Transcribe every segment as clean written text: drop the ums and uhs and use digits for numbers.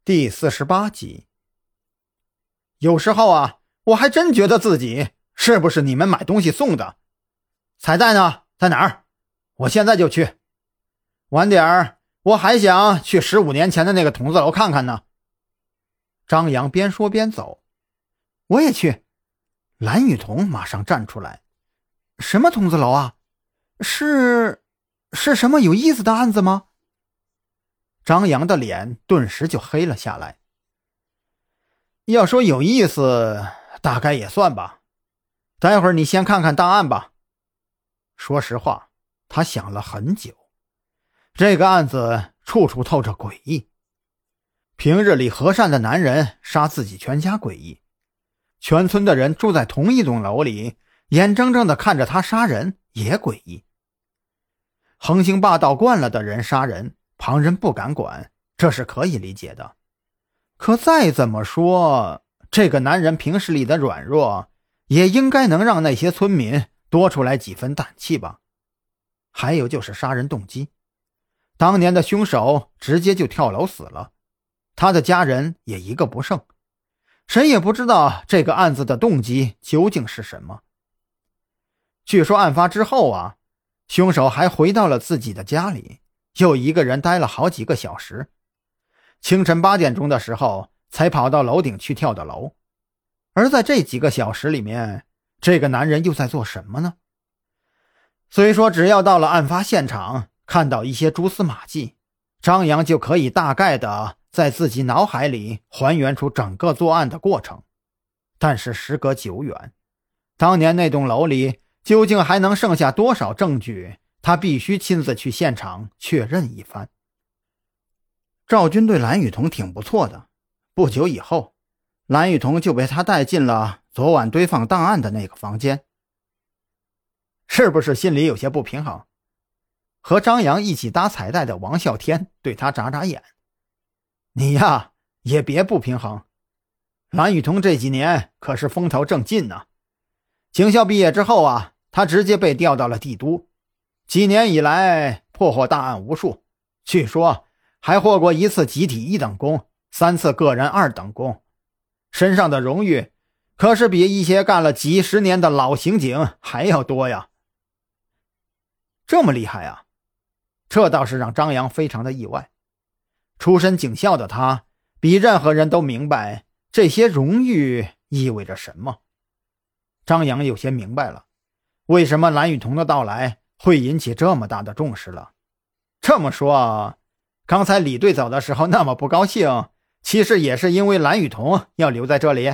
第48集。有时候啊，我还真觉得自己是不是你们买东西送的。彩带呢？在哪儿？我现在就去。晚点儿，我还想去15年前的那个筒子楼看看呢。张扬边说边走。我也去。蓝雨桐马上站出来。什么筒子楼啊？是什么有意思的案子吗？张扬的脸顿时就黑了下来。要说有意思，大概也算吧。待会儿你先看看档案吧。说实话，他想了很久。这个案子处处透着诡异。平日里和善的男人杀自己全家诡异，全村的人住在同一栋楼里，眼睁睁地看着他杀人也诡异。横行霸道惯了的人杀人，旁人不敢管，这是可以理解的。可再怎么说，这个男人平时里的软弱，也应该能让那些村民多出来几分胆气吧。还有就是杀人动机，当年的凶手直接就跳楼死了，他的家人也一个不剩，谁也不知道这个案子的动机究竟是什么。据说案发之后啊，凶手还回到了自己的家里，又一个人待了好几个小时，清晨8点钟的时候才跑到楼顶去跳的楼。而在这几个小时里面，这个男人又在做什么呢？虽说只要到了案发现场，看到一些蛛丝马迹，张扬就可以大概的在自己脑海里还原出整个作案的过程，但是时隔久远，当年那栋楼里究竟还能剩下多少证据，他必须亲自去现场确认一番。赵军对蓝雨桐挺不错的，不久以后，蓝雨桐就被他带进了昨晚堆放档案的那个房间。是不是心里有些不平衡？和张扬一起搭彩带的王啸天对他眨眨眼。你呀，也别不平衡。蓝雨桐这几年可是风头正劲呢。警校毕业之后啊，他直接被调到了帝都，几年以来破获大案无数，据说还获过1次集体1等功，3次个人2等功，身上的荣誉可是比一些干了几十年的老刑警还要多呀。这么厉害啊，这倒是让张扬非常的意外。出身警校的他比任何人都明白这些荣誉意味着什么。张扬有些明白了为什么蓝雨桐的到来会引起这么大的重视了。这么说，刚才李队走的时候那么不高兴，其实也是因为蓝雨桐要留在这里。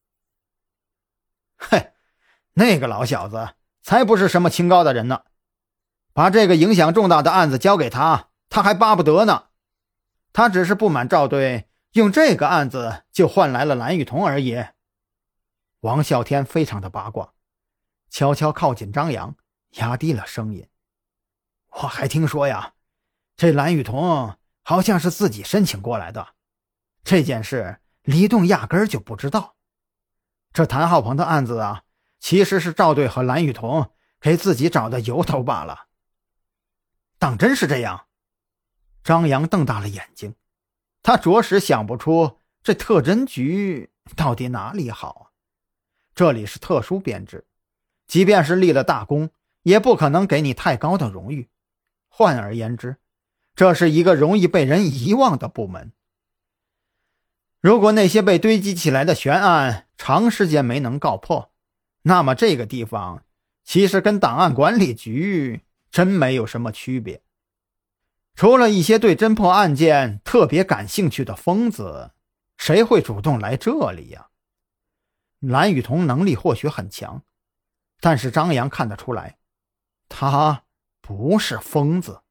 嘿，那个老小子才不是什么清高的人呢，把这个影响重大的案子交给他，他还巴不得呢。他只是不满赵队用这个案子就换来了蓝雨桐而已。王啸天非常的八卦，悄悄靠近张扬，压低了声音。我还听说呀，这蓝雨桐好像是自己申请过来的，这件事李栋压根儿就不知道。这谭浩鹏的案子啊，其实是赵队和蓝雨桐给自己找的由头罢了。当真是这样？张扬瞪大了眼睛，他着实想不出这特侦局到底哪里好啊。这里是特殊编制，即便是立了大功，也不可能给你太高的荣誉。换而言之，这是一个容易被人遗忘的部门。如果那些被堆积起来的悬案长时间没能告破，那么这个地方其实跟档案管理局真没有什么区别。除了一些对侦破案件特别感兴趣的疯子，谁会主动来这里呀？蓝雨桐能力或许很强，但是张扬看得出来，他不是疯子。